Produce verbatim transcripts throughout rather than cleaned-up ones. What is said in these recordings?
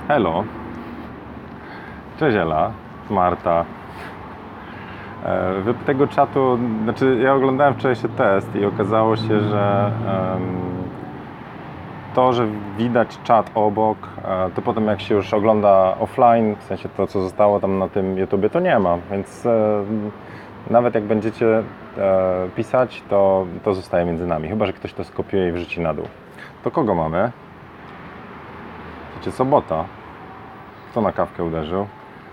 Hello. Cześć Ela, Marta. Wy tego czatu, znaczy ja oglądałem wczorajszy test i okazało się, że um, to, że widać czat obok, to potem jak się już ogląda offline, w sensie to, co zostało tam na tym YouTubie, to nie ma, więc e, nawet jak będziecie e, pisać, to, to zostaje między nami, chyba że ktoś to skopiuje i wrzuci na dół. To kogo mamy? Wiecie, sobota. Kto na kawkę uderzył?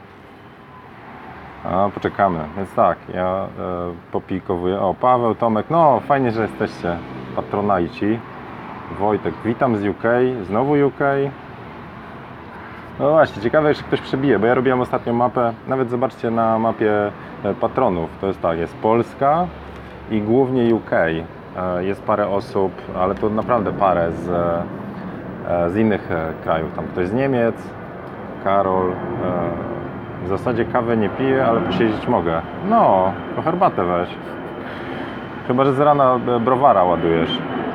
A, poczekamy, więc tak, ja e, popijkowuję. O, Paweł, Tomek, no fajnie, że jesteście patronajci. Wojtek, witam z U K, znowu U K. No właśnie, ciekawe, czy ktoś przebije, bo ja robiłem ostatnio mapę, nawet zobaczcie na mapie patronów, to jest tak, jest Polska i głównie U K. Jest parę osób, ale to naprawdę parę z, z innych krajów, tam ktoś z Niemiec, Karol. W zasadzie kawę nie piję, ale posiedzieć mogę. No, to herbatę weź. Chyba że z rana browara ładujesz.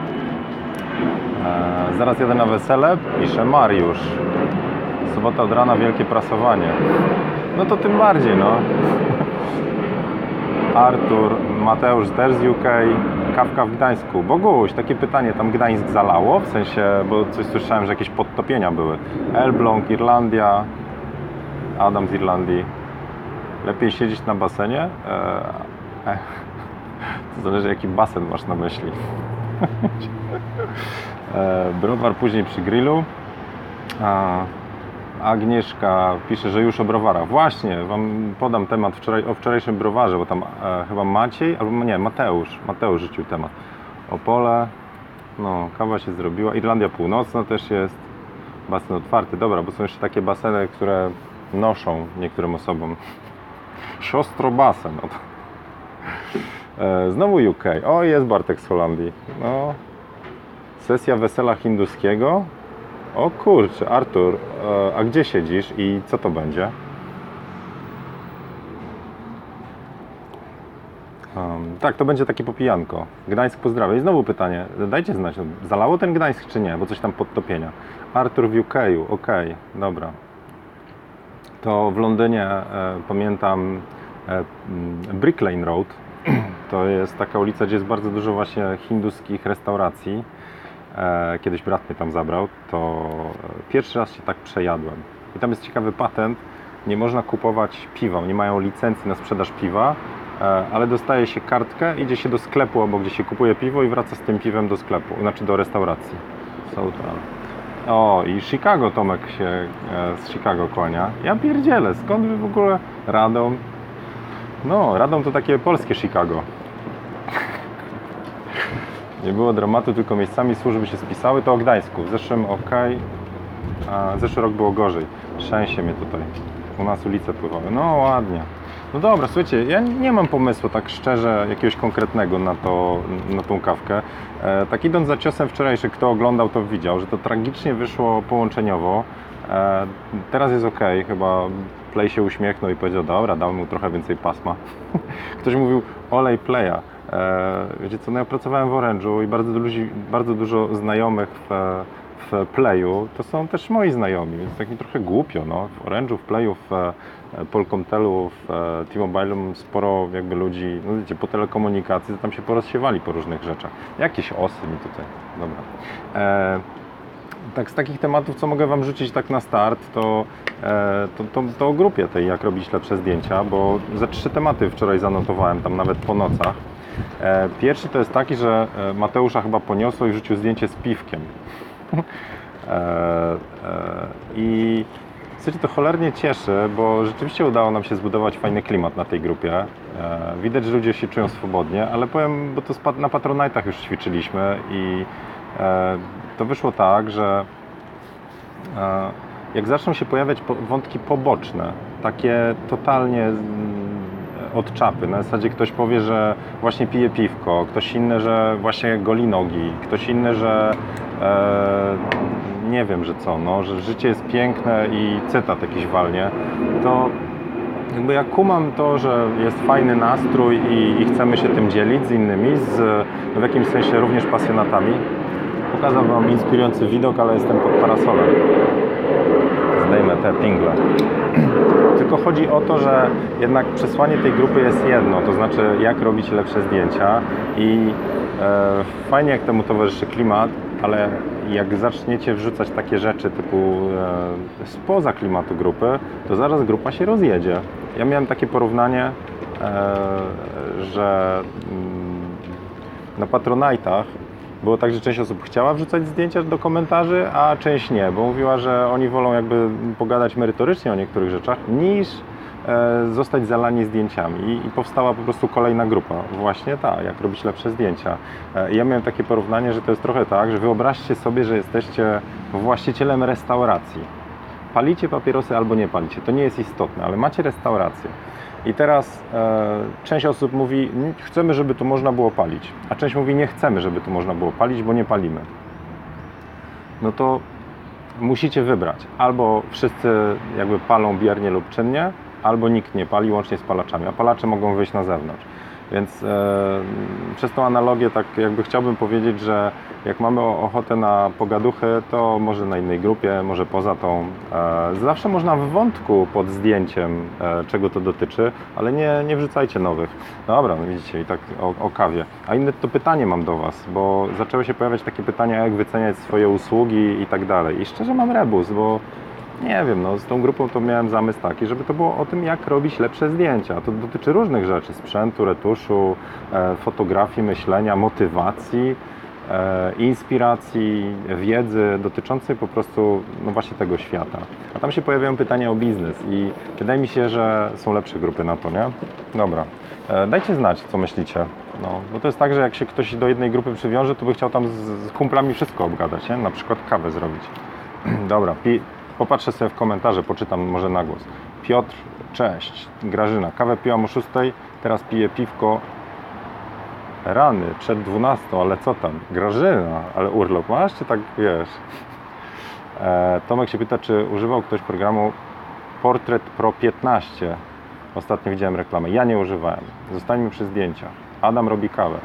Eee, zaraz jadę na wesele, pisze Mariusz. Sobota od rana, wielkie prasowanie. No to tym bardziej, no. Artur, Mateusz też z U K. Kawka w Gdańsku. Boguś, takie pytanie, tam Gdańsk zalało? W sensie, bo coś słyszałem, że jakieś podtopienia były. Elbląg, Irlandia. Adam z Irlandii. Lepiej siedzieć na basenie? Eee, to zależy, jaki basen masz na myśli. eee, browar później przy grillu. A, Agnieszka pisze, że już o browarach. Właśnie, wam podam temat wczoraj, o wczorajszym browarze, bo tam e, chyba Maciej, albo nie, Mateusz. Mateusz rzucił temat. Opole, no, kawa się zrobiła. Irlandia Północna też jest. Basen otwarty. Dobra, bo są jeszcze takie baseny, które noszą niektórym osobom. Siostrobasen. E, znowu U K. O, jest Bartek z Holandii. No. Sesja wesela hinduskiego. O kurczę, Artur, e, a gdzie siedzisz i co to będzie? Um, tak, to będzie takie popijanko. Gdańsk pozdrawia. I znowu pytanie, dajcie znać, zalało ten Gdańsk czy nie, bo coś tam podtopienia. Artur w U K, okej, okay, dobra. To w Londynie e, pamiętam e, Brick Lane Road. To jest taka ulica, gdzie jest bardzo dużo właśnie hinduskich restauracji. E, kiedyś brat mnie tam zabrał, to pierwszy raz się tak przejadłem. I tam jest ciekawy patent, nie można kupować piwa, nie mają licencji na sprzedaż piwa, e, ale dostaje się kartkę, idzie się do sklepu obok, gdzie się kupuje piwo i wraca z tym piwem do sklepu, znaczy do restauracji. Southern. O, i Chicago, Tomek się e, z Chicago kłania. Ja pierdzielę, skąd wy w ogóle Radom? No, Radom to takie polskie Chicago. Nie było dramatu, tylko miejscami służby się spisały. To o Gdańsku. W zeszłym ok, a zeszły rok było gorzej. Trzęsie mnie tutaj. U nas ulice pływały. No ładnie. No dobra, słuchajcie, ja nie mam pomysłu tak szczerze jakiegoś konkretnego na, to, na tą kawkę. E, tak idąc za ciosem wczorajszy, kto oglądał, to widział, że to tragicznie wyszło połączeniowo. E, teraz jest ok, chyba Play się uśmiechnął i powiedział, dobra, damy mu trochę więcej pasma. Ktoś mówił, olej Playa. E, wiecie co, no ja pracowałem w Orange'u i bardzo, ludzi, bardzo dużo znajomych w, w Playu to są też moi znajomi, więc tak mi trochę głupio, no. W Orange'u, w Playu, w Polkomtelu, w T-Mobile'u sporo jakby ludzi, no wiecie, po telekomunikacji, to tam się porozsiewali po różnych rzeczach. Jakieś osy mi tutaj, dobra. E, tak z takich tematów, co mogę wam rzucić tak na start, to, e, to, to, to o grupie tej, jak robić lepsze zdjęcia, bo ze trzy tematy wczoraj zanotowałem, tam nawet po nocach. E, pierwszy to jest taki, że Mateusza chyba poniosło i wrzucił zdjęcie z piwkiem. e, e, I słuchajcie, to cholernie cieszy, bo rzeczywiście udało nam się zbudować fajny klimat na tej grupie. E, widać, że ludzie się czują swobodnie, ale powiem, bo to na Patronite'ach już ćwiczyliśmy i e, to wyszło tak, że e, jak zaczną się pojawiać po, wątki poboczne, takie totalnie od czapy, na zasadzie ktoś powie, że właśnie pije piwko, ktoś inny, że właśnie goli nogi, ktoś inny, że e, nie wiem, że co, no, że życie jest piękne i cytat jakiś walnie, to jakby ja kumam to, że jest fajny nastrój i, i chcemy się tym dzielić z innymi, z no w jakimś sensie również pasjonatami. Pokazał wam inspirujący widok, ale jestem pod parasolem. zdejmę te pingle. Tylko chodzi o to, że jednak przesłanie tej grupy jest jedno, to znaczy jak robić lepsze zdjęcia i e, fajnie jak temu towarzyszy klimat, ale jak zaczniecie wrzucać takie rzeczy typu e, spoza klimatu grupy, to zaraz grupa się rozjedzie. Ja miałem takie porównanie, e, że mm, na Patronite'ach było tak, że część osób chciała wrzucać zdjęcia do komentarzy, a część nie, bo mówiła, że oni wolą jakby pogadać merytorycznie o niektórych rzeczach, niż e, zostać zalani zdjęciami. I, I powstała po prostu kolejna grupa. Właśnie ta, jak robić lepsze zdjęcia. E, ja miałem takie porównanie, że to jest trochę tak, że wyobraźcie sobie, że jesteście właścicielem restauracji. Palicie papierosy albo nie palicie, to nie jest istotne, ale macie restaurację. I teraz e, część osób mówi, chcemy, żeby tu można było palić, a część mówi, nie chcemy, żeby tu można było palić, bo nie palimy. No to musicie wybrać. Albo wszyscy jakby palą biernie lub czynnie, albo nikt nie pali, łącznie z palaczami, a palacze mogą wyjść na zewnątrz. Więc e, przez tą analogię tak jakby chciałbym powiedzieć, że jak mamy ochotę na pogaduchy, to może na innej grupie, może poza tą. E, zawsze można w wątku pod zdjęciem, e, czego to dotyczy, ale nie, nie wrzucajcie nowych. Dobra, no widzicie, i tak o, o kawie. A inne to pytanie mam do Was, bo zaczęły się pojawiać takie pytania, jak wyceniać swoje usługi i tak dalej. I szczerze mam rebus, bo nie wiem, no z tą grupą to miałem zamysł taki, żeby to było o tym, jak robić lepsze zdjęcia. To dotyczy różnych rzeczy, sprzętu, retuszu, e, fotografii, myślenia, motywacji, e, inspiracji, wiedzy dotyczącej po prostu, no właśnie tego świata. A tam się pojawiają pytania o biznes i wydaje mi się, że są lepsze grupy na to, nie? Dobra, e, dajcie znać, co myślicie. No, bo to jest tak, że jak się ktoś do jednej grupy przywiąże, to by chciał tam z, z kumplami wszystko obgadać, nie? Na przykład kawę zrobić. Dobra, pi Popatrzę sobie w komentarze, poczytam może na głos. Piotr, cześć. Grażyna, kawę piłam o szóstej, teraz piję piwko. Rany, przed dwunastą, ale co tam? Grażyna, ale urlop masz, czy tak wiesz? E, Tomek się pyta, czy używał ktoś programu Portrait Pro piętnaście. Ostatnio widziałem reklamę. Ja nie używałem. Zostańmy przy zdjęciach. Adam robi kawę.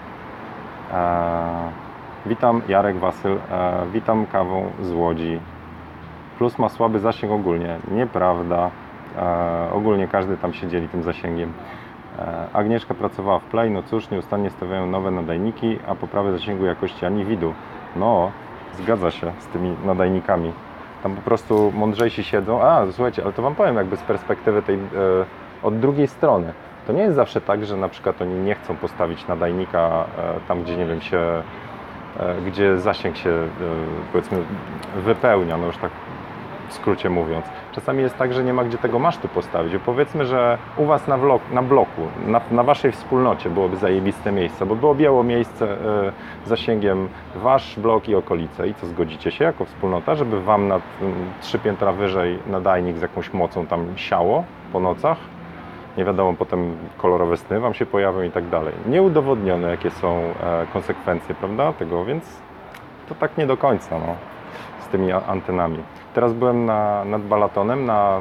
E, witam, Jarek Wasyl. E, witam kawą z Łodzi. Plus ma słaby zasięg ogólnie. Nieprawda. E, ogólnie każdy tam się dzieli tym zasięgiem. E, Agnieszka pracowała w Play. No cóż, nieustannie stawiają nowe nadajniki, a poprawy zasięgu jakości ani widu. No, zgadza się z tymi nadajnikami. Tam po prostu mądrzejsi siedzą. A, słuchajcie, ale to Wam powiem jakby z perspektywy tej, e, od drugiej strony. To nie jest zawsze tak, że na przykład oni nie chcą postawić nadajnika e, tam, gdzie nie wiem, się, e, gdzie zasięg się e, powiedzmy wypełnia, no już tak w skrócie mówiąc. Czasami jest tak, że nie ma gdzie tego masztu postawić. Powiedzmy, że u Was na, vlog, na bloku, na, na Waszej wspólnocie byłoby zajebiste miejsce, bo było biało miejsce e, zasięgiem Wasz blok i okolice. I co, zgodzicie się jako wspólnota, żeby Wam na trzy piętra wyżej nadajnik z jakąś mocą tam siało po nocach? Nie wiadomo, potem kolorowe sny Wam się pojawią i tak dalej. Nieudowodnione, jakie są e, konsekwencje, prawda, tego, więc to tak nie do końca, no, z tymi antenami. Teraz byłem na, nad Balatonem na,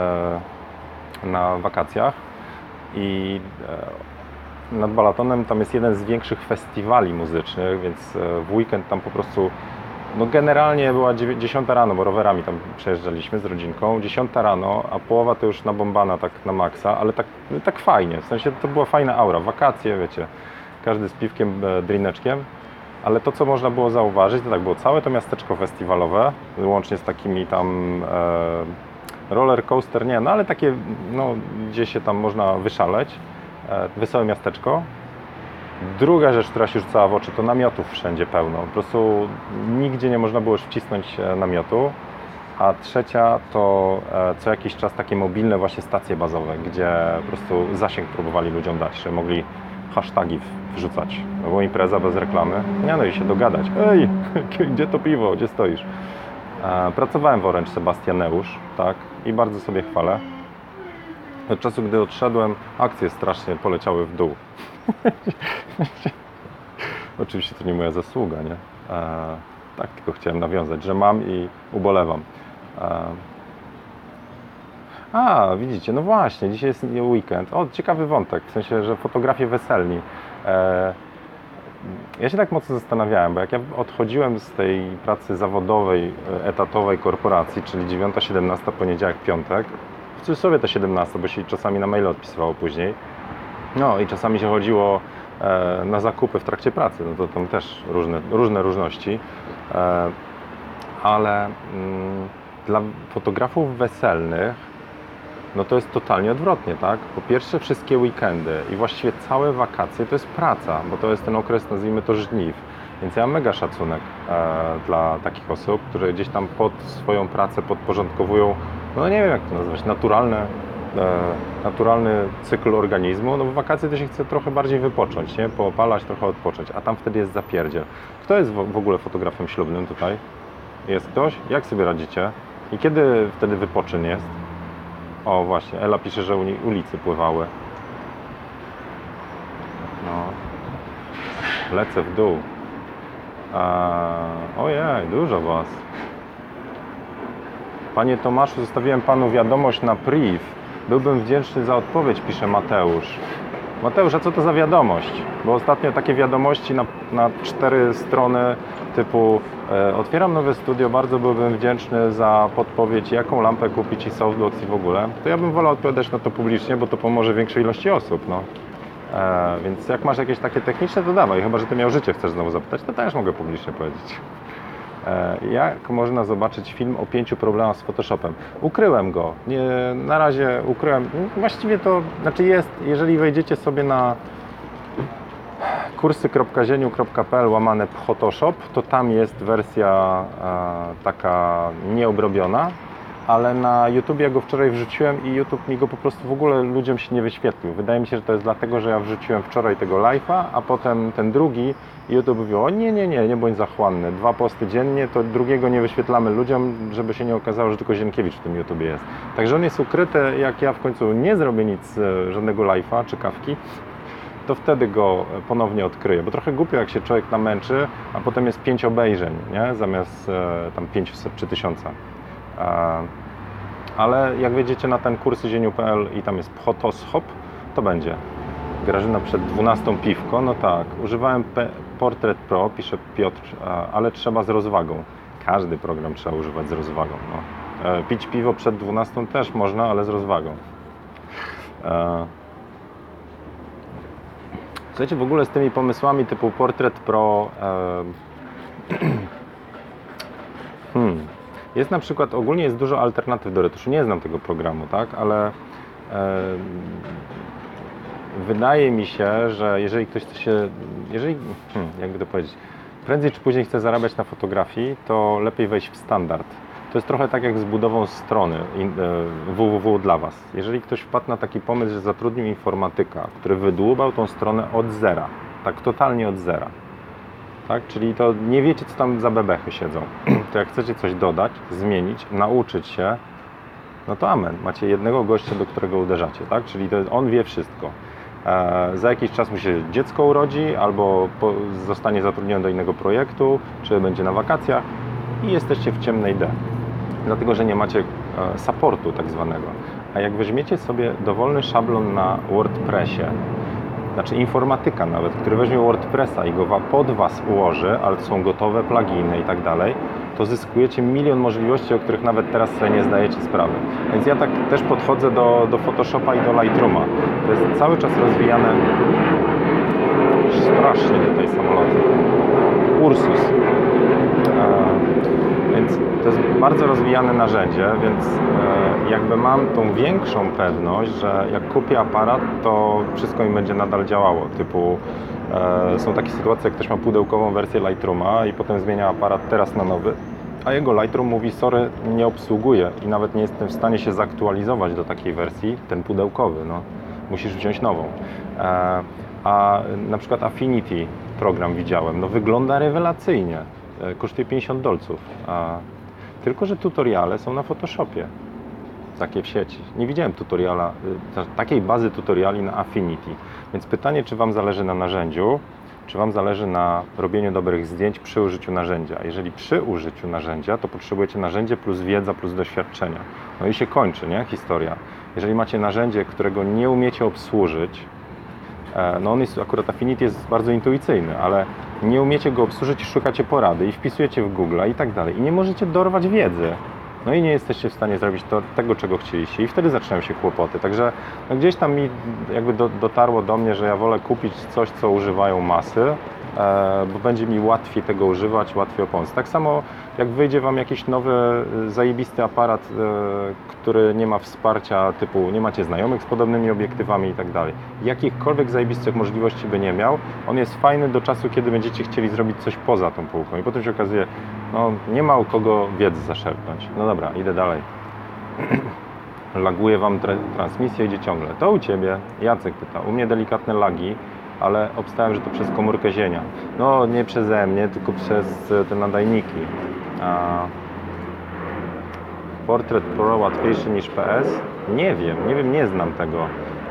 e, na wakacjach i e, nad Balatonem tam jest jeden z większych festiwali muzycznych, więc e, w weekend tam po prostu, no generalnie była dziesiąta rano, bo rowerami tam przejeżdżaliśmy z rodzinką, dziesiąta rano, a połowa to już nabombana tak na maksa, ale tak, tak fajnie, w sensie to była fajna aura, wakacje, wiecie, każdy z piwkiem, e, drineczkiem. Ale to, co można było zauważyć, to tak było całe to miasteczko festiwalowe, łącznie z takimi tam e, roller coaster, nie, no ale takie, no, gdzie się tam można wyszaleć, e, wesołe miasteczko. Druga rzecz, która się rzucała w oczy, to namiotów wszędzie pełno, po prostu nigdzie nie można było już wcisnąć namiotu. A trzecia to e, co jakiś czas takie mobilne właśnie stacje bazowe, gdzie po prostu zasięg próbowali ludziom dać, że mogli hasztagi wrzucać. No bo impreza bez reklamy. Nie, no i się dogadać. Ej, gdzie to piwo? Gdzie stoisz? E, pracowałem w Orange Sebastianeusz, tak, i bardzo sobie chwalę. Od czasu, gdy odszedłem, akcje strasznie poleciały w dół. Oczywiście to nie moja zasługa, nie? E, tak, tylko chciałem nawiązać, że mam i ubolewam. E, A, widzicie, no właśnie, dzisiaj jest weekend. O, ciekawy wątek, w sensie, że fotografie weselni. E, ja się tak mocno zastanawiałem, bo jak ja odchodziłem z tej pracy zawodowej, etatowej korporacji, czyli dziewiąta siedemnasta, poniedziałek, piątek, w cudzysłowie te siedemnaście, bo się czasami na maile odpisywało później, no i czasami się chodziło e, na zakupy w trakcie pracy, no to tam też różne, różne różności, e, ale mm, dla fotografów weselnych no to jest totalnie odwrotnie, tak? Po pierwsze wszystkie weekendy i właściwie całe wakacje to jest praca, bo to jest ten okres, nazwijmy to, żniw. Więc ja mam mega szacunek e, dla takich osób, które gdzieś tam pod swoją pracę podporządkowują, no nie wiem jak to nazwać, naturalne, e, naturalny cykl organizmu. No w wakacje to się chce trochę bardziej wypocząć, nie? Poopalać, trochę odpocząć, a tam wtedy jest zapierdziel. Kto jest w, w ogóle fotografem ślubnym tutaj? Jest ktoś? Jak sobie radzicie? I kiedy wtedy wypoczyn jest? O właśnie, Ela pisze, że u niej ulicy pływały. No. Lecę w dół. Eee, ojej, dużo was. Panie Tomaszu, zostawiłem panu wiadomość na priv. Byłbym wdzięczny za odpowiedź, pisze Mateusz. Mateusz, a co to za wiadomość? Bo ostatnio takie wiadomości na, na cztery strony typu e, otwieram nowe studio, bardzo byłbym wdzięczny za podpowiedź, jaką lampę kupić i softbox i w ogóle. To ja bym wolał odpowiadać na to publicznie, bo to pomoże większej ilości osób. No. E, więc jak masz jakieś takie techniczne, to dawaj. Chyba że ty miał życie, chcesz znowu zapytać, to też mogę publicznie powiedzieć. E, jak można zobaczyć film o pięciu problemach z Photoshopem? Ukryłem go. Nie, na razie ukryłem. Właściwie to, znaczy jest, jeżeli wejdziecie sobie na kursy kropka zieniu kropka p l łamane Photoshop, to tam jest wersja e, taka nieobrobiona, ale na YouTube ja go wczoraj wrzuciłem i YouTube mi go po prostu w ogóle ludziom się nie wyświetlił. Wydaje mi się, że to jest dlatego, że ja wrzuciłem wczoraj tego live'a, a potem ten drugi i YouTube mówił, o nie, nie, nie, nie bądź zachłanny, dwa posty dziennie, to drugiego nie wyświetlamy ludziom, żeby się nie okazało, że tylko Zienkiewicz w tym YouTube jest. Także on jest ukryty, jak ja w końcu nie zrobię nic, żadnego live'a czy kawki, to wtedy go ponownie odkryję, bo trochę głupio jak się człowiek namęczy, a potem jest pięć obejrzeń, nie? Zamiast e, tam pięćset czy tysiąca. E, ale jak wejdziecie na ten kurs zieniu kropka p l i tam jest Photoshop, to będzie. Grażyna przed dwunastą piwko, no tak, używałem P Portrait Pro, pisze Piotr, ale trzeba z rozwagą. Każdy program trzeba używać z rozwagą. No. E, pić piwo przed dwunastą też można, ale z rozwagą. E, Słuchajcie, w ogóle z tymi pomysłami typu Portrait Pro e, hmm, jest na przykład, ogólnie jest dużo alternatyw do retuszu. Nie znam tego programu, tak, ale e, wydaje mi się, że jeżeli ktoś chce się, jeżeli, hmm, jakby to powiedzieć, prędzej czy później chce zarabiać na fotografii, to lepiej wejść w standard. To jest trochę tak jak z budową strony www dla Was. Jeżeli ktoś wpadł na taki pomysł, że zatrudnił informatyka, który wydłubał tą stronę od zera, tak totalnie od zera, tak? Czyli to nie wiecie, co tam za bebechy siedzą, to jak chcecie coś dodać, zmienić, nauczyć się, no to amen, macie jednego gościa, do którego uderzacie, tak? Czyli to on wie wszystko. E, za jakiś czas mu się dziecko urodzi, albo po, zostanie zatrudniony do innego projektu, czy będzie na wakacjach i jesteście w ciemnej D. Dlatego, że nie macie e, supportu tak zwanego. A jak weźmiecie sobie dowolny szablon na WordPressie, znaczy informatyka nawet, który weźmie WordPressa i go pod Was ułoży, ale to są gotowe pluginy i tak dalej, to zyskujecie milion możliwości, o których nawet teraz sobie nie zdajecie sprawy. Więc ja tak też podchodzę do, do Photoshopa i do Lightrooma. To jest cały czas rozwijane. Strasznie tutaj samoloty. Ursus. E, więc to jest bardzo rozwijane narzędzie, więc e, jakby mam tą większą pewność, że jak kupię aparat, to wszystko mi będzie nadal działało. Typu e, są takie sytuacje, jak ktoś ma pudełkową wersję Lightrooma i potem zmienia aparat teraz na nowy, a jego Lightroom mówi, sorry, nie obsługuje i nawet nie jestem w stanie się zaktualizować do takiej wersji, ten pudełkowy, no, musisz wziąć nową. E, a na przykład Affinity program widziałem, no wygląda rewelacyjnie, e, kosztuje pięćdziesiąt dolców, a, tylko że tutoriale są na Photoshopie, takie w sieci. Nie widziałem tutoriala, e, takiej bazy tutoriali na Affinity, więc pytanie, czy Wam zależy na narzędziu, czy Wam zależy na robieniu dobrych zdjęć przy użyciu narzędzia. Jeżeli przy użyciu narzędzia, to potrzebujecie narzędzie plus wiedza plus doświadczenia. No i się kończy, nie? Historia. Jeżeli macie narzędzie, którego nie umiecie obsłużyć, no on jest, akurat Affinity jest bardzo intuicyjny, ale nie umiecie go obsłużyć, szukacie porady i wpisujecie w Google i tak dalej i nie możecie dorwać wiedzy. No i nie jesteście w stanie zrobić to, tego, czego chcieliście i wtedy zaczynają się kłopoty. Także no gdzieś tam mi jakby do, dotarło do mnie, że ja wolę kupić coś, co używają masy, e, bo będzie mi łatwiej tego używać, łatwiej opomóc. Tak samo jak wyjdzie Wam jakiś nowy, zajebisty aparat, e, który nie ma wsparcia typu, nie macie znajomych z podobnymi obiektywami i tak dalej. Jakichkolwiek zajebistych możliwości by nie miał, on jest fajny do czasu, kiedy będziecie chcieli zrobić coś poza tą półką i potem się okazuje, no nie ma u kogo wiedzy zaczerpnąć. No dobra, idę dalej. Laguje Wam tra transmisja, idzie ciągle. To u Ciebie, Jacek pyta, u mnie delikatne lagi, ale obstałem, że to przez komórkę zienia. No nie przeze mnie, tylko przez te nadajniki. A... Portrait Pro łatwiejszy niż P S? Nie wiem, nie wiem, nie znam tego.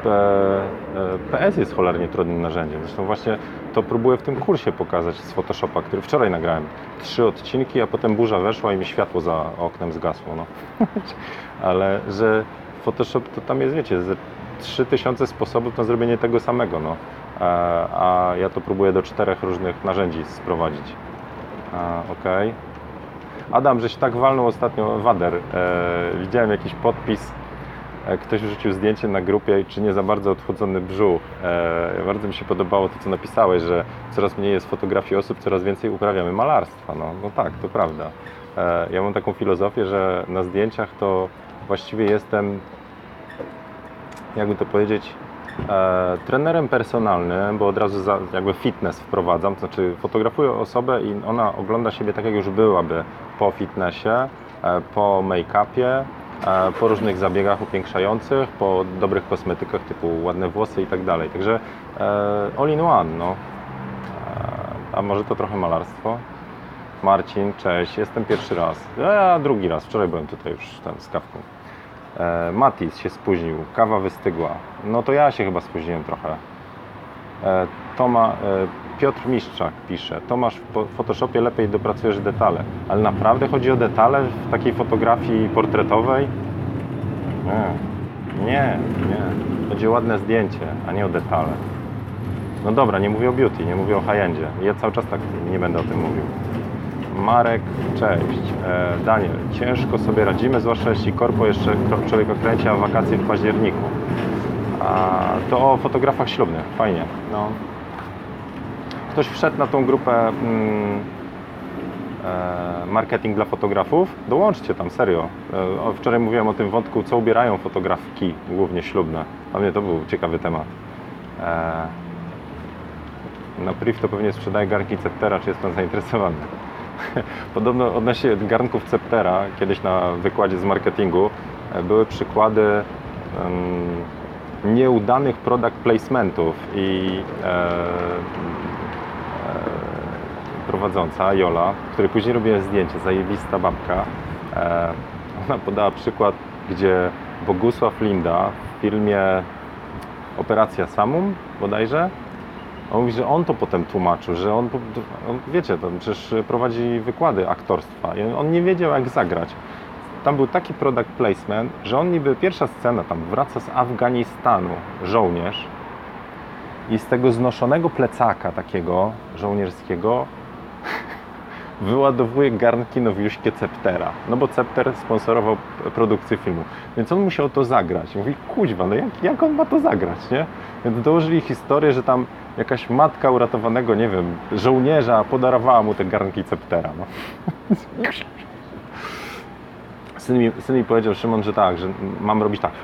P S jest cholernie trudnym narzędziem. Zresztą właśnie to próbuję w tym kursie pokazać z Photoshopa, który wczoraj nagrałem. Trzy odcinki, a potem burza weszła i mi światło za oknem zgasło. No. Ale że Photoshop to tam jest, wiecie, ze trzy tysiące sposobów na zrobienie tego samego. No. A ja to próbuję do czterech różnych narzędzi sprowadzić. Okej. Adam, żeś tak walnął ostatnio Wader. E, widziałem jakiś podpis. Ktoś wrzucił zdjęcie na grupie, czy nie za bardzo odchudzony brzuch. E, bardzo mi się podobało to, co napisałeś, że coraz mniej jest fotografii osób, coraz więcej uprawiamy malarstwa. No, no tak, to prawda. E, ja mam taką filozofię, że na zdjęciach to właściwie jestem, jakby to powiedzieć, e, trenerem personalnym, bo od razu za, jakby fitness wprowadzam, to znaczy fotografuję osobę i ona ogląda siebie tak, jak już byłaby po fitnessie, e, po make-upie, po różnych zabiegach upiększających, po dobrych kosmetykach typu ładne włosy i tak dalej. Także e, all in one, no. E, a może to trochę malarstwo? Marcin, cześć, jestem pierwszy raz. Ja drugi raz, wczoraj byłem tutaj już tam z kawką. E, Matis się spóźnił, kawa wystygła. No to ja się chyba spóźniłem trochę. E, Toma, e, Piotr Mistrzak pisze, Tomasz, w Photoshopie lepiej dopracujesz detale. Ale naprawdę chodzi o detale w takiej fotografii portretowej? Nie, nie, nie. Chodzi o ładne zdjęcie, a nie o detale. No dobra, nie mówię o beauty, nie mówię o high-endzie. Ja cały czas tak nie będę o tym mówił. Marek, cześć. E, Daniel, ciężko sobie radzimy, zwłaszcza jeśli korpo jeszcze człowiek okręci, a wakacje w październiku. A to o fotografach ślubnych, fajnie. No. Ktoś wszedł na tą grupę mm, e, marketing dla fotografów, dołączcie tam, serio. E, wczoraj mówiłem o tym wątku, co ubierają fotografki, głównie ślubne. Dla mnie to był ciekawy temat. E, na priv to pewnie sprzedaje garnki Ceptera, czy jest pan zainteresowany? Podobno odnośnie garnków Ceptera, kiedyś na wykładzie z marketingu e, były przykłady um, nieudanych product placementów i e, prowadząca, Jola, której później robiłem zdjęcie, zajebista babka. E, ona podała przykład, gdzie Bogusław Linda w filmie Operacja Samum bodajże, on mówi, że on to potem tłumaczył, że on, on wiecie, to przecież prowadzi wykłady aktorstwa i on nie wiedział, jak zagrać. Tam był taki product placement, że on niby, pierwsza scena, tam wraca z Afganistanu żołnierz i z tego znoszonego plecaka takiego żołnierskiego wyładowuje garnki nowiuśkie Ceptera. No bo Cepter sponsorował produkcję filmu. Więc on musiał to zagrać. Mówi, kuźwa, no jak, jak on ma to zagrać, nie? Więc dołożyli historię, że tam jakaś matka uratowanego, nie wiem, żołnierza podarowała mu te garnki Ceptera. No. Syn mi, syn mi powiedział, Szymon, że tak, że mam robić tak.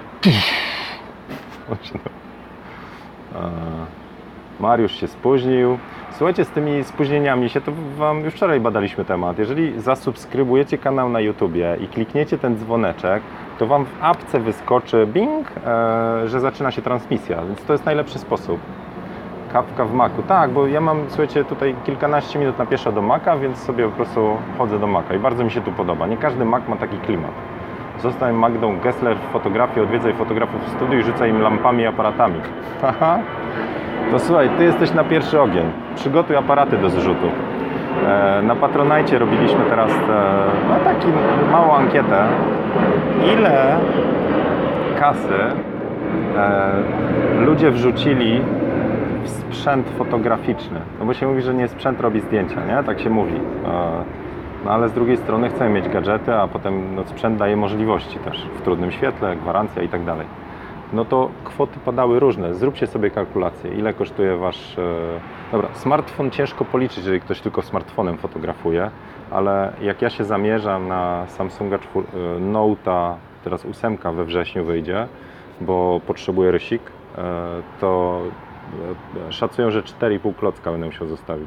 Mariusz się spóźnił. Słuchajcie, z tymi spóźnieniami się, to Wam już wczoraj badaliśmy temat. Jeżeli zasubskrybujecie kanał na YouTubie i klikniecie ten dzwoneczek, to Wam w apce wyskoczy bing, e, że zaczyna się transmisja, więc to jest najlepszy sposób. Kawka w Macu. Tak, bo ja mam, słuchajcie, tutaj kilkanaście minut na pieszo do Maca, więc sobie po prostu chodzę do Maca i bardzo mi się tu podoba. Nie każdy Mac ma taki klimat. Zostań Magdą Gessler w fotografii, odwiedzaj fotografów w studiu i rzucaj im lampami i aparatami. Haha. To słuchaj, Ty jesteś na pierwszy ogień. Przygotuj aparaty do zrzutu. E, na Patronite robiliśmy teraz e, no, taką małą ankietę. Ile kasy e, ludzie wrzucili w sprzęt fotograficzny. No bo się mówi, że nie sprzęt robi zdjęcia, nie? Tak się mówi. No ale z drugiej strony chcemy mieć gadżety, a potem no, sprzęt daje możliwości też w trudnym świetle, gwarancja i tak dalej. No to kwoty padały różne. Zróbcie sobie kalkulację, ile kosztuje wasz... Dobra, smartfon ciężko policzyć, jeżeli ktoś tylko smartfonem fotografuje, ale jak ja się zamierzam na Samsunga Note'a, teraz ósemka we wrześniu wyjdzie, bo potrzebuję rysik, to szacują, że cztery i pół klocka będę musiał zostawić.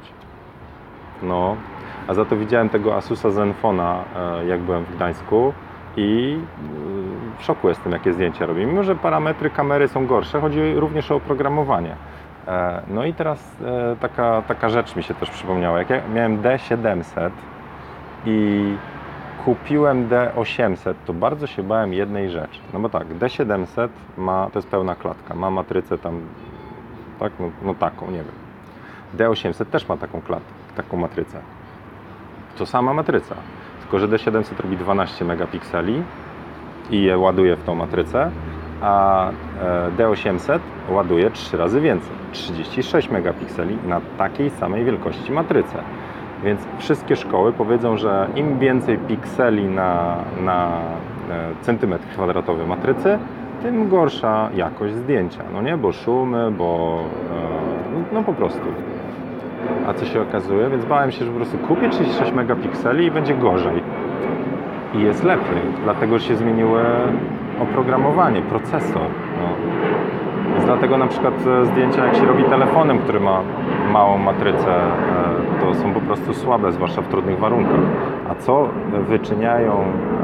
No, a za to widziałem tego Asusa Zenfona, jak byłem w Gdańsku i w szoku jestem, jakie zdjęcia robi. Mimo że parametry kamery są gorsze, chodzi również o oprogramowanie. No i teraz taka, taka rzecz mi się też przypomniała. Jak ja miałem D siedemset i kupiłem D osiemset, to bardzo się bałem jednej rzeczy. No bo tak, D siedemset ma, to jest pełna klatka, ma matrycę tam, tak, no, no taką, nie wiem. D osiemset też ma taką klatkę, taką matrycę. To sama matryca, tylko że D siedemset robi dwanaście megapikseli i je ładuje w tą matrycę, a D osiemset ładuje trzy razy więcej, trzydzieści sześć megapikseli na takiej samej wielkości matryce. Więc wszystkie szkoły powiedzą, że im więcej pikseli na, na centymetr kwadratowy matrycy, tym gorsza jakość zdjęcia. No nie, bo szumy, bo no, no po prostu. A co się okazuje? Więc bałem się, że po prostu kupię trzydzieści sześć megapikseli i będzie gorzej. I jest lepiej, dlatego się zmieniło oprogramowanie, procesor. No. Więc dlatego na przykład zdjęcia, jak się robi telefonem, który ma małą matrycę, to są po prostu słabe, zwłaszcza w trudnych warunkach. A co wyczyniają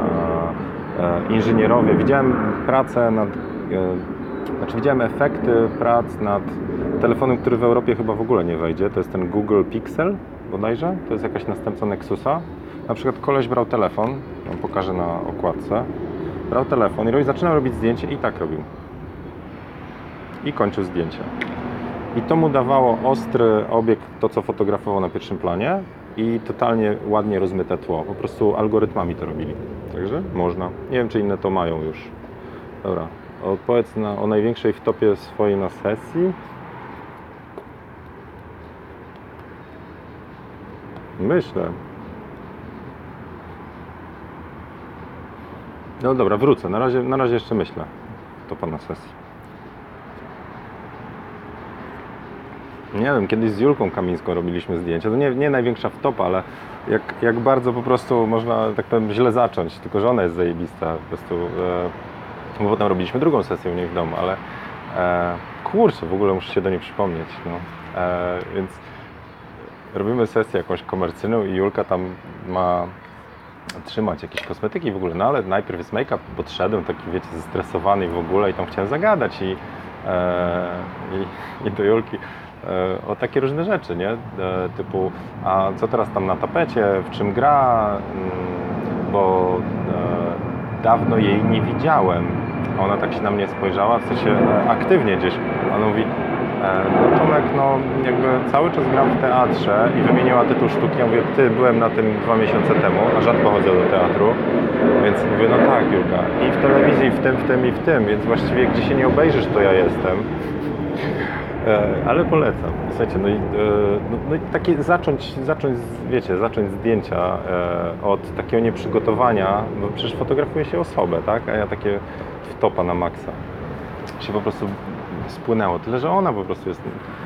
inżynierowie? Widziałem pracę nad... Znaczy widziałem efekty prac nad telefonem, który w Europie chyba w ogóle nie wejdzie. To jest ten Google Pixel bodajże. To jest jakaś następca Nexusa. Na przykład koleś brał telefon, on pokażę na okładce. Brał telefon i zaczynał robić zdjęcie i tak robił. I kończył zdjęcie. I to mu dawało ostry obiekt, to co fotografował na pierwszym planie i totalnie ładnie rozmyte tło. Po prostu algorytmami to robili. Także można. Nie wiem, czy inne to mają już. Dobra. Odpowiedz na, o największej wtopie swojej na sesji. Myślę. No dobra, wrócę. Na razie, na razie jeszcze myślę. Wtopa na sesji. Nie wiem, kiedyś z Julką Kamińską robiliśmy zdjęcia. To nie, nie największa wtopa, ale jak, jak bardzo po prostu można, tak powiem, źle zacząć. Tylko że ona jest zajebista. Po prostu... E, bo potem robiliśmy drugą sesję u niej w domu, ale e, kurczę, w ogóle muszę się do niej przypomnieć. No. E, więc robimy sesję jakąś komercyjną i Julka tam ma trzymać jakieś kosmetyki w ogóle, no ale najpierw jest make-up, podszedłem taki, wiecie, zestresowany w ogóle i tam chciałem zagadać i, e, i, i do Julki e, o takie różne rzeczy, nie? E, typu, a co teraz tam na tapecie, w czym gra, mm, bo e, dawno jej nie widziałem. A ona tak się na mnie spojrzała, w sensie e, aktywnie gdzieś. Ona mówi, e, no Tomek, no jakby cały czas gram w teatrze i wymieniła tytuł sztuki. Ja mówię, ty, byłem na tym dwa miesiące temu, a rzadko chodzę do teatru. Więc mówię, no tak, Julka, i w telewizji, w tym, w tym i w tym, więc właściwie gdzie się nie obejrzysz, to ja jestem. E, ale polecam. Słuchajcie, no i, e, no, no i takie zacząć, zacząć, wiecie, zacząć zdjęcia e, od takiego nieprzygotowania, bo przecież fotografuje się osobę, tak? A ja takie wtopa na maksa. Się po prostu spłynęło. Tyle, że ona po prostu jest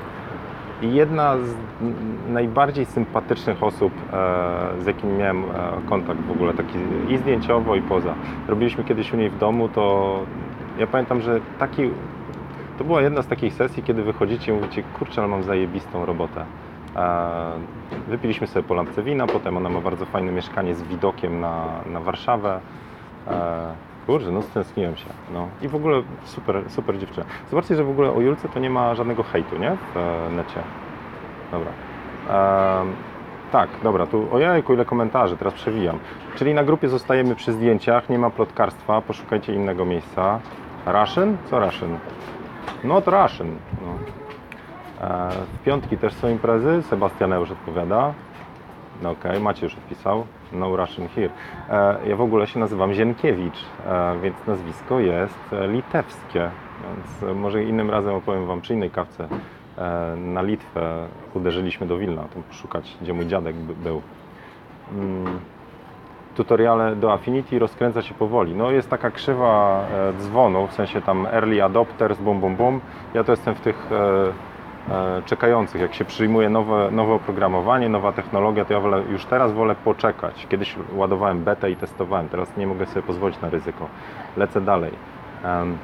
i jedna z najbardziej sympatycznych osób, e, z jakimi miałem e, kontakt w ogóle, taki i zdjęciowo, i poza. Robiliśmy kiedyś u niej w domu, to ja pamiętam, że taki to była jedna z takich sesji, kiedy wychodzicie i mówicie, kurczę, ale mam zajebistą robotę. Wypiliśmy sobie po lampce wina, potem ona ma bardzo fajne mieszkanie z widokiem na, na Warszawę. Kurczę, no stęskniłem się. No. I w ogóle super, super dziewczyna. Zobaczcie, że w ogóle o Julce to nie ma żadnego hejtu, nie? W necie. Dobra. Ehm, tak, dobra, tu o jajku, ile komentarzy, teraz przewijam. Czyli na grupie zostajemy przy zdjęciach, nie ma plotkarstwa, poszukajcie innego miejsca. Russian? Co Russian? Not Russian. No. E, w piątki też są imprezy, Sebastian już odpowiada. No okej, okay, Maciej już odpisał. No Russian here. E, ja w ogóle się nazywam Zienkiewicz, e, więc nazwisko jest litewskie. Więc może innym razem opowiem Wam przy innej kawce e, na Litwę uderzyliśmy do Wilna, tam szukać, gdzie mój dziadek by, był. Mm. Tutoriale do Affinity rozkręca się powoli. No jest taka krzywa e, dzwonu, w sensie tam early adopters, bum bum bum. Ja to jestem w tych e, e, czekających. Jak się przyjmuje nowe, nowe oprogramowanie, nowa technologia, to ja wolę, już teraz wolę poczekać. Kiedyś ładowałem betę i testowałem, teraz nie mogę sobie pozwolić na ryzyko. Lecę dalej. Um,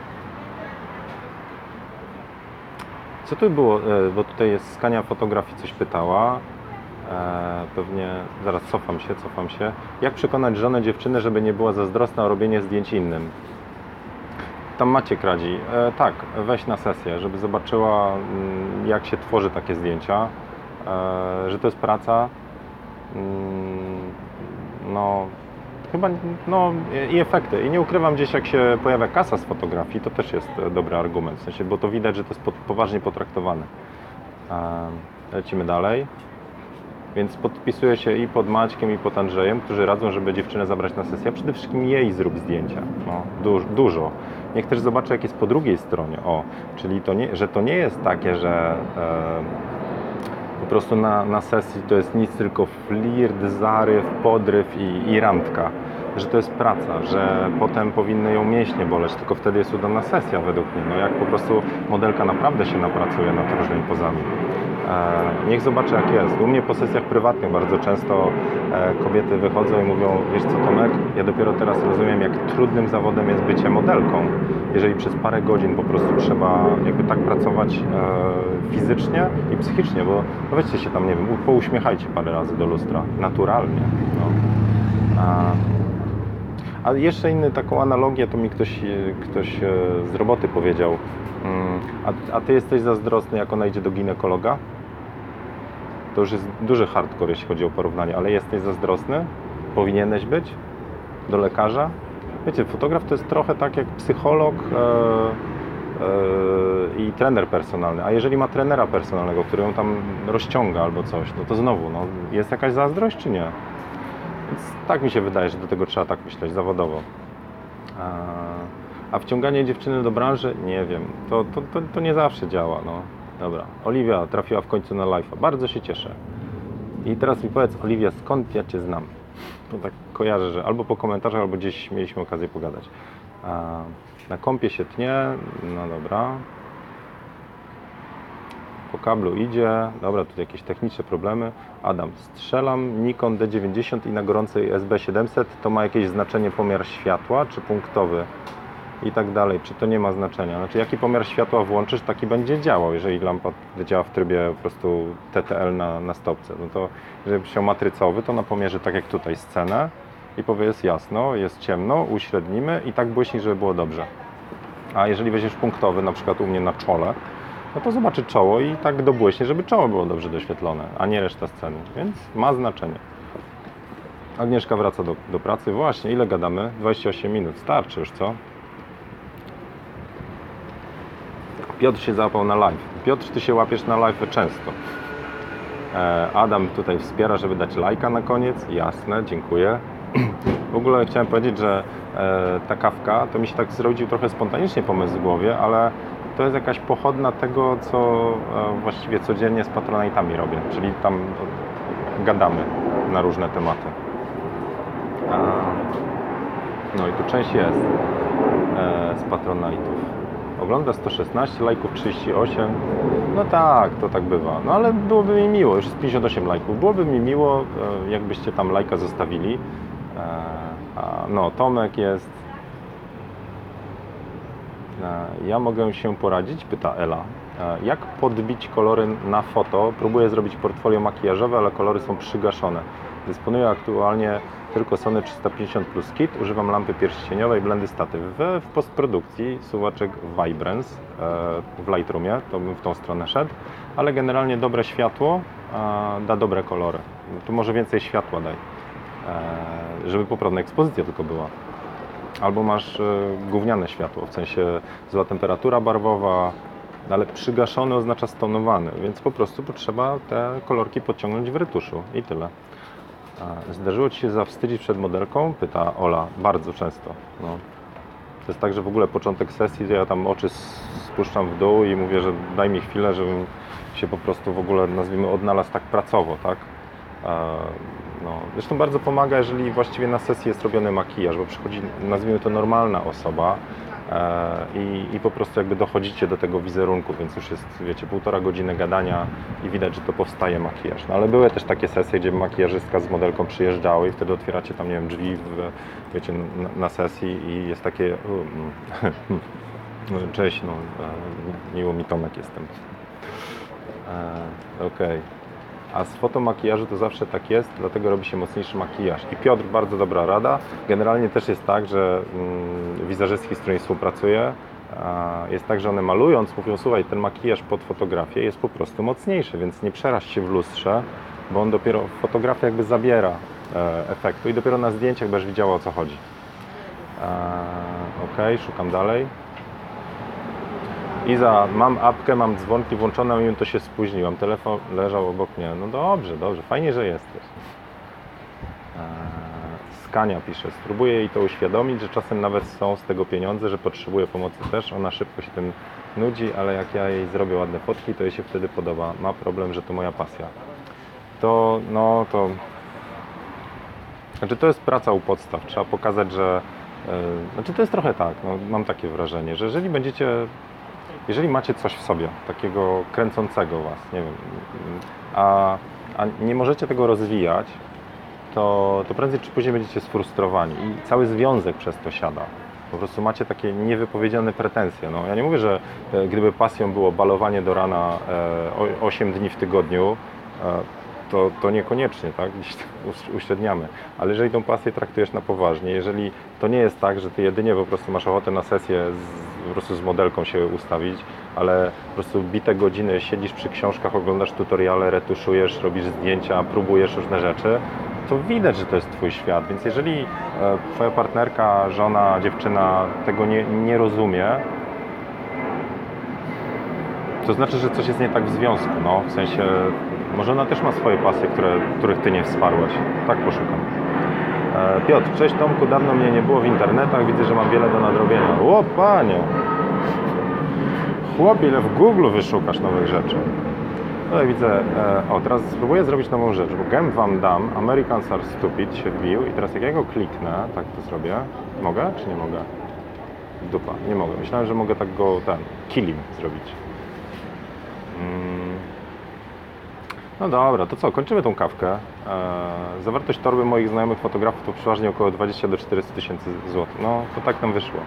co tu było? E, bo tutaj jest Skania Fotografii, coś pytała. E, pewnie, zaraz cofam się, cofam się. Jak przekonać żonę dziewczyny, żeby nie była zazdrosna o robienie zdjęć innym? Tam Maciek radzi. E, tak, weź na sesję, żeby zobaczyła, mm, jak się tworzy takie zdjęcia, e, że to jest praca. Mm, no, chyba, no i efekty. I nie ukrywam, gdzieś jak się pojawia kasa z fotografii, to też jest dobry argument, w sensie, bo to widać, że to jest pod, poważnie potraktowane. E, lecimy dalej. Więc podpisuję się i pod Maćkiem, i pod Andrzejem, którzy radzą, żeby dziewczynę zabrać na sesję. A przede wszystkim jej zrób zdjęcia. No, du dużo. Niech też zobaczy, jak jest po drugiej stronie. O, czyli to nie, że to nie jest takie, że e, po prostu na, na sesji to jest nic, tylko flirt, zaryw, podryw i, i randka. Że to jest praca, że potem powinny ją mięśnie boleć, tylko wtedy jest udana sesja według mnie. No jak po prostu modelka naprawdę się napracuje nad różnymi pozami. Niech zobaczy, jak jest. U mnie po sesjach prywatnych bardzo często kobiety wychodzą i mówią: wiesz co, Tomek, ja dopiero teraz rozumiem, jak trudnym zawodem jest bycie modelką. Jeżeli przez parę godzin po prostu trzeba jakby tak pracować fizycznie i psychicznie, bo no weźcie się tam, nie wiem, pouśmiechajcie parę razy do lustra, naturalnie. No. A, a jeszcze inny taką analogię to mi ktoś, ktoś z roboty powiedział. A, a ty jesteś zazdrosny, jak ona idzie do ginekologa? To już jest duży hardcore, jeśli chodzi o porównanie, ale jesteś zazdrosny? Powinieneś być? Do lekarza? Wiecie, fotograf to jest trochę tak jak psycholog e, e, i trener personalny. A jeżeli ma trenera personalnego, który ją tam rozciąga albo coś, no to znowu, no, jest jakaś zazdrość czy nie? Więc tak mi się wydaje, że do tego trzeba tak myśleć zawodowo. A, a wciąganie dziewczyny do branży? Nie wiem. To, to, to, to nie zawsze działa. No. Dobra. Oliwia trafiła w końcu na live'a. Bardzo się cieszę. I teraz mi powiedz, Oliwia, skąd ja Cię znam? To tak kojarzę, że albo po komentarzach, albo gdzieś mieliśmy okazję pogadać. A, na kompie się tnie. No dobra. Po kablu idzie. Dobra, tu jakieś techniczne problemy. Adam, strzelam Nikon D dziewięćdziesiąt i na gorącej S B siedemset. To ma jakieś znaczenie pomiar światła, czy punktowy? I tak dalej, czy to nie ma znaczenia. Znaczy, jaki pomiar światła włączysz, taki będzie działał, jeżeli lampa działa w trybie po prostu T T L na, na stopce. No to jeżeli się matrycowy, to na pomierze tak jak tutaj scenę i powie, jest jasno, jest ciemno, uśrednimy i tak błyśni, żeby było dobrze. A jeżeli weźmiesz punktowy, na przykład u mnie na czole, no to zobaczy czoło i tak dobłyśnie, żeby czoło było dobrze doświetlone, a nie reszta sceny, więc ma znaczenie. Agnieszka wraca do, do pracy. Właśnie, ile gadamy? dwadzieścia osiem minut, starczy już, co? Piotr się załapał na live. Piotr, ty się łapiesz na live często. Adam tutaj wspiera, żeby dać lajka na koniec. Jasne, dziękuję. W ogóle chciałem powiedzieć, że ta kawka, to mi się tak zrodził trochę spontanicznie pomysł w głowie, ale to jest jakaś pochodna tego, co właściwie codziennie z patronitami robię. Czyli tam gadamy na różne tematy. No i tu część jest z patronitów. Ogląda sto szesnaście, lajków trzydzieści osiem. No tak, to tak bywa. No ale byłoby mi miło, już jest pięćdziesiąt osiem lajków. Byłoby mi miło, jakbyście tam lajka zostawili. No, Tomek jest. Ja mogę się poradzić, pyta Ela. Jak podbić kolory na foto? Próbuję zrobić portfolio makijażowe, ale kolory są przygaszone. Dysponuję aktualnie tylko Sony trzysta pięćdziesiąt plus kit. Używam lampy pierścieniowej, blendy statyw. W, w postprodukcji suwaczek Vibrance e, w Lightroomie, to bym w tą stronę szedł, ale generalnie dobre światło e, da dobre kolory. Tu może więcej światła daj, e, żeby poprawna ekspozycja tylko była. Albo masz e, gówniane światło, w sensie zła temperatura barwowa, ale przygaszony oznacza stonowany, więc po prostu potrzeba te kolorki podciągnąć w retuszu i tyle. Zdarzyło Ci się zawstydzić przed modelką? Pyta Ola. Bardzo często. No. To jest tak, że w ogóle początek sesji, to ja tam oczy spuszczam w dół i mówię, że daj mi chwilę, żebym się po prostu w ogóle, nazwijmy, odnalazł tak pracowo, tak? No, zresztą bardzo pomaga, jeżeli właściwie na sesji jest robiony makijaż, bo przychodzi, nazwijmy to, normalna osoba e, i, i po prostu jakby dochodzicie do tego wizerunku, więc już jest, wiecie, półtora godziny gadania i widać, że to powstaje makijaż. No ale były też takie sesje, gdzie makijażystka z modelką przyjeżdżały i wtedy otwieracie tam, nie wiem, drzwi, w, wiecie, na, na sesji i jest takie um, cześć, no, e, miło mi, Tomek jestem. E, Okej. Okay. A z fotomakijażu to zawsze tak jest, dlatego robi się mocniejszy makijaż. I Piotr, bardzo dobra rada. Generalnie też jest tak, że mm, wizerzystki, z którymi współpracuję, a, jest tak, że one malując mówią, słuchaj, ten makijaż pod fotografię jest po prostu mocniejszy, więc nie przeraź się w lustrze, bo on dopiero, fotografia jakby zabiera e, efektu i dopiero na zdjęciach będziesz widziała, o co chodzi. E, ok, szukam dalej. Iza, mam apkę, mam dzwonki włączoną i to się spóźniłam. Telefon leżał obok mnie. No dobrze, dobrze, fajnie, że jesteś. Eee, Skania pisze, spróbuję jej to uświadomić, że czasem nawet są z tego pieniądze, że potrzebuje pomocy też. Ona szybko się tym nudzi, ale jak ja jej zrobię ładne fotki, to jej się wtedy podoba. Ma problem, że to moja pasja. To, no to... Znaczy to jest praca u podstaw. Trzeba pokazać, że... Yy, znaczy to jest trochę tak, no, mam takie wrażenie, że jeżeli będziecie... Jeżeli macie coś w sobie, takiego kręcącego Was, nie wiem, a, a nie możecie tego rozwijać, to, to prędzej czy później będziecie sfrustrowani i cały związek przez to siada. Po prostu macie takie niewypowiedziane pretensje. No, ja nie mówię, że e, gdyby pasją było balowanie do rana e, osiem dni w tygodniu, e, to, to niekoniecznie, tak? Gdzieś uśredniamy. Ale jeżeli tą pasję traktujesz na poważnie, jeżeli to nie jest tak, że Ty jedynie po prostu masz ochotę na sesję z, po prostu z modelką się ustawić, ale po prostu bite godziny siedzisz przy książkach, oglądasz tutoriale, retuszujesz, robisz zdjęcia, próbujesz różne rzeczy, to widać, że to jest Twój świat. Więc jeżeli e, Twoja partnerka, żona, dziewczyna tego nie, nie rozumie, to znaczy, że coś jest nie tak w związku, no, w sensie, może ona też ma swoje pasje, które, których Ty nie wsparłeś. Tak poszukam. E, Piotr, cześć Tomku, dawno mnie nie było w internetach, widzę, że mam wiele do nadrobienia. O panie! Chłopie, ile w Google wyszukasz nowych rzeczy. Tutaj widzę, e, o teraz spróbuję zrobić nową rzecz, bo Gem Wam Dam, Americans Are Stupid się wbił i teraz jak ja go kliknę, tak to zrobię, mogę czy nie mogę? Dupa, nie mogę. Myślałem, że mogę tak go, ten, killing zrobić. No dobra, to co, kończymy tą kawkę. Eee, zawartość torby moich znajomych fotografów to przeważnie około dwadzieścia do czterystu tysięcy złotych. No, to tak nam wyszło.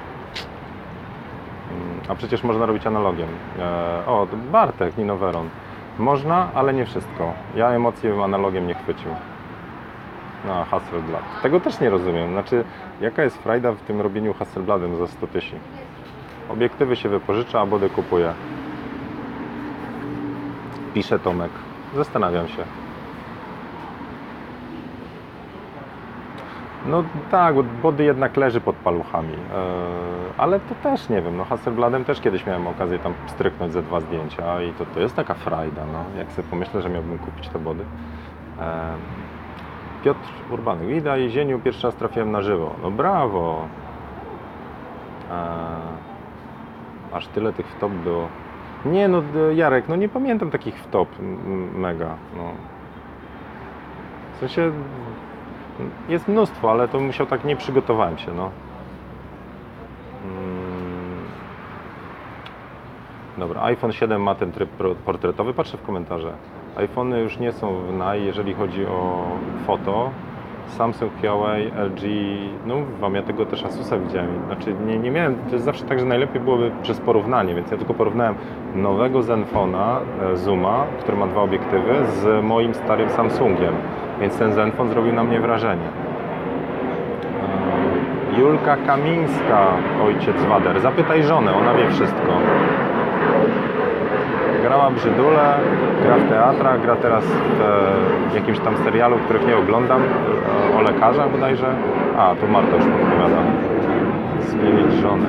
A przecież można robić analogiem. Eee, o, Bartek, Nino Veron. Można, ale nie wszystko. Ja emocje bym analogiem nie chwycił. No, Hasselblad. Tego też nie rozumiem. Znaczy, jaka jest frajda w tym robieniu Hasselbladem za sto tysięcy? Obiektywy się wypożycza, a body kupuje. Pisze Tomek. Zastanawiam się. No tak, bo body jednak leży pod paluchami, yy, ale to też nie wiem, no Hasselbladem też kiedyś miałem okazję tam stryknąć ze dwa zdjęcia i to, to jest taka frajda, no, jak sobie pomyślę, że miałbym kupić te body. Yy, Piotr Urbany, Ida i Zieniu, pierwszy raz trafiłem na żywo, no brawo! Yy, aż tyle tych wtop było. Nie no, Jarek, no nie pamiętam takich wtop mega, no. W sensie jest mnóstwo, ale to musiał tak, nie przygotowałem się, no. Hmm. Dobra, iPhone siedem ma ten tryb portretowy, patrzę w komentarze. iPhony już nie są w naj, jeżeli chodzi o foto. Samsung, Huawei, L G, no wam, ja tego też Asusa widziałem, znaczy nie, nie miałem, to jest zawsze tak, że najlepiej byłoby przez porównanie, więc ja tylko porównałem nowego Zenfona, Zooma, który ma dwa obiektywy, z moim starym Samsungiem, więc ten Zenfon zrobił na mnie wrażenie. Julka Kamińska, ojciec Wader, zapytaj żonę, ona wie wszystko. Grała w Brzydule, gra w teatrach, gra teraz w jakimś tam serialu, których nie oglądam, o lekarzach bodajże. A, tu Marta już podpowiada. Zmienić żonę.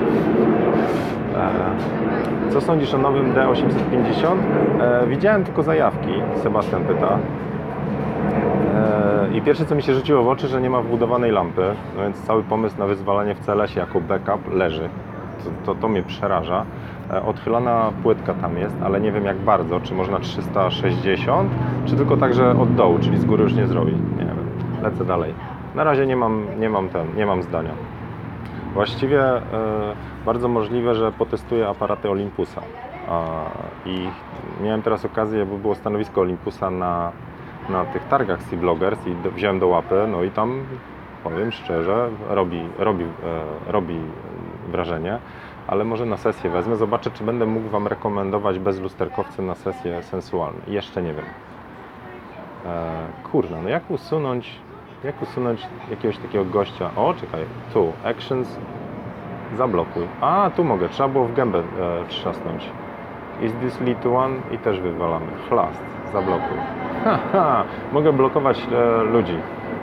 E, co sądzisz o nowym D osiemset pięćdziesiąt? E, widziałem tylko zajawki, Sebastian pyta. E, I pierwsze, co mi się rzuciło w oczy, że nie ma wbudowanej lampy, no więc cały pomysł na wyzwalanie w C L S-ie jako backup leży. to, to, to mnie przeraża. Odchylona płytka tam jest, ale nie wiem jak bardzo, czy można trzysta sześćdziesiąt, czy tylko także od dołu, czyli z góry już nie zrobi. Nie wiem, lecę dalej. Na razie nie mam, nie mam ten, nie mam zdania. Właściwie e, bardzo możliwe, że potestuję aparaty Olympusa. E, I miałem teraz okazję, bo było stanowisko Olympusa na, na tych targach Sea Bloggers i do, wziąłem do łapy, no i tam powiem szczerze, robi, robi, e, robi wrażenie, ale może na sesję wezmę, zobaczę, czy będę mógł Wam rekomendować bezlusterkowce na sesje sensualne. Jeszcze nie wiem. E, kurna, no jak usunąć, jak usunąć jakiegoś takiego gościa? O, czekaj, tu, actions, zablokuj. A, tu mogę, trzeba było w gębę e, trzasnąć. Is this little one? I też wywalamy. Chlast, zablokuj. Haha, mogę blokować e, ludzi.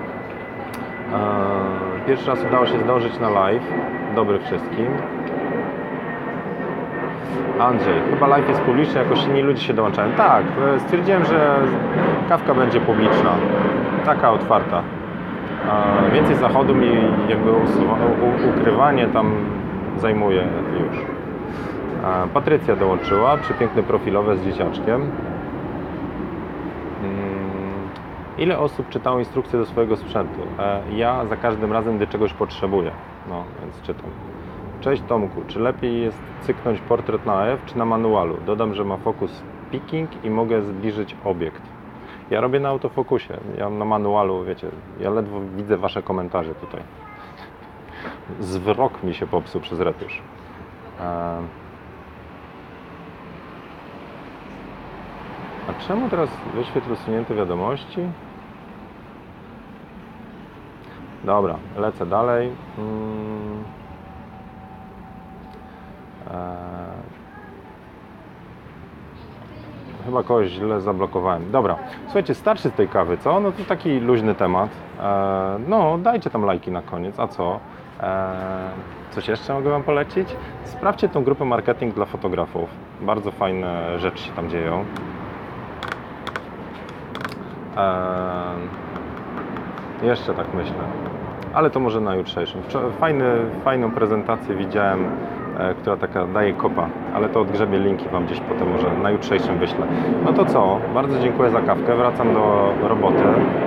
E, pierwszy raz udało się zdążyć na live. Dobry wszystkim. Andrzej, chyba live jest publiczny, jakoś inni ludzie się dołączają. Tak, stwierdziłem, że kawka będzie publiczna, taka otwarta. A więcej zachodu mi jakby usuwa, u, ukrywanie tam zajmuje już. A Patrycja dołączyła, przepiękne profilowe z dzieciaczkiem. Ile osób czytało instrukcję do swojego sprzętu? Ja za każdym razem, gdy czegoś potrzebuję, no więc czytam. Cześć Tomku, czy lepiej jest cyknąć portret na F czy na manualu? Dodam, że ma fokus picking i mogę zbliżyć obiekt. Ja robię na autofokusie, ja na manualu, wiecie, ja ledwo widzę Wasze komentarze tutaj. Zwrok mi się popsuł przez retusz. A czemu teraz wyświetl usunięte wiadomości? Dobra, lecę dalej. Hmm. Chyba kogoś źle zablokowałem. Dobra, słuchajcie, starczy z tej kawy, co? No to taki luźny temat. No, dajcie tam lajki na koniec, a co? Coś jeszcze mogę Wam polecić? Sprawdźcie tą grupę marketing dla fotografów. Bardzo fajne rzeczy się tam dzieją. Jeszcze tak myślę. Ale to może na jutrzejszym. Fajny, fajną prezentację widziałem, e, która taka daje kopa, ale to odgrzebię linki Wam gdzieś potem może na jutrzejszym wyślę. No to co? Bardzo dziękuję za kawkę. Wracam do roboty.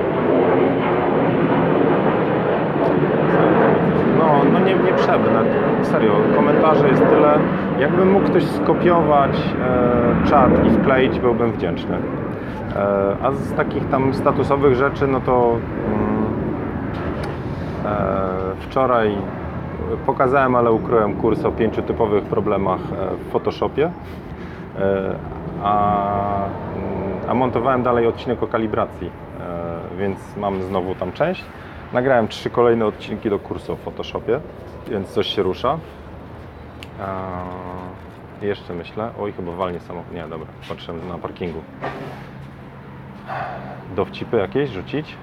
No, no nie, nie przebnę. Serio, komentarzy jest tyle. Jakby mógł ktoś skopiować e, czat i wkleić, byłbym wdzięczny. E, a z takich tam statusowych rzeczy, no to mm, wczoraj pokazałem, ale ukryłem kurs o pięciu typowych problemach w Photoshopie, a, a montowałem dalej odcinek o kalibracji, więc mam znowu tam część. Nagrałem trzy kolejne odcinki do kursu o Photoshopie, więc coś się rusza. I jeszcze myślę, oj chyba walnie samochód, nie dobra, patrzę na parkingu. Dowcipy jakieś rzucić?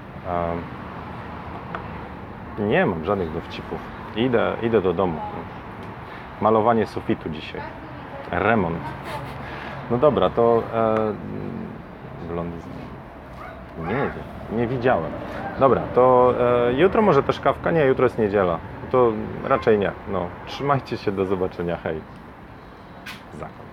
Nie mam żadnych dowcipów. Idę, idę do domu. Malowanie sufitu dzisiaj. Remont. No dobra, to e, blondyzm. Nie wiem, nie widziałem. Dobra, to e, jutro może też kawka? Nie, jutro jest niedziela. To raczej nie. No, trzymajcie się, do zobaczenia. Hej. Zakon.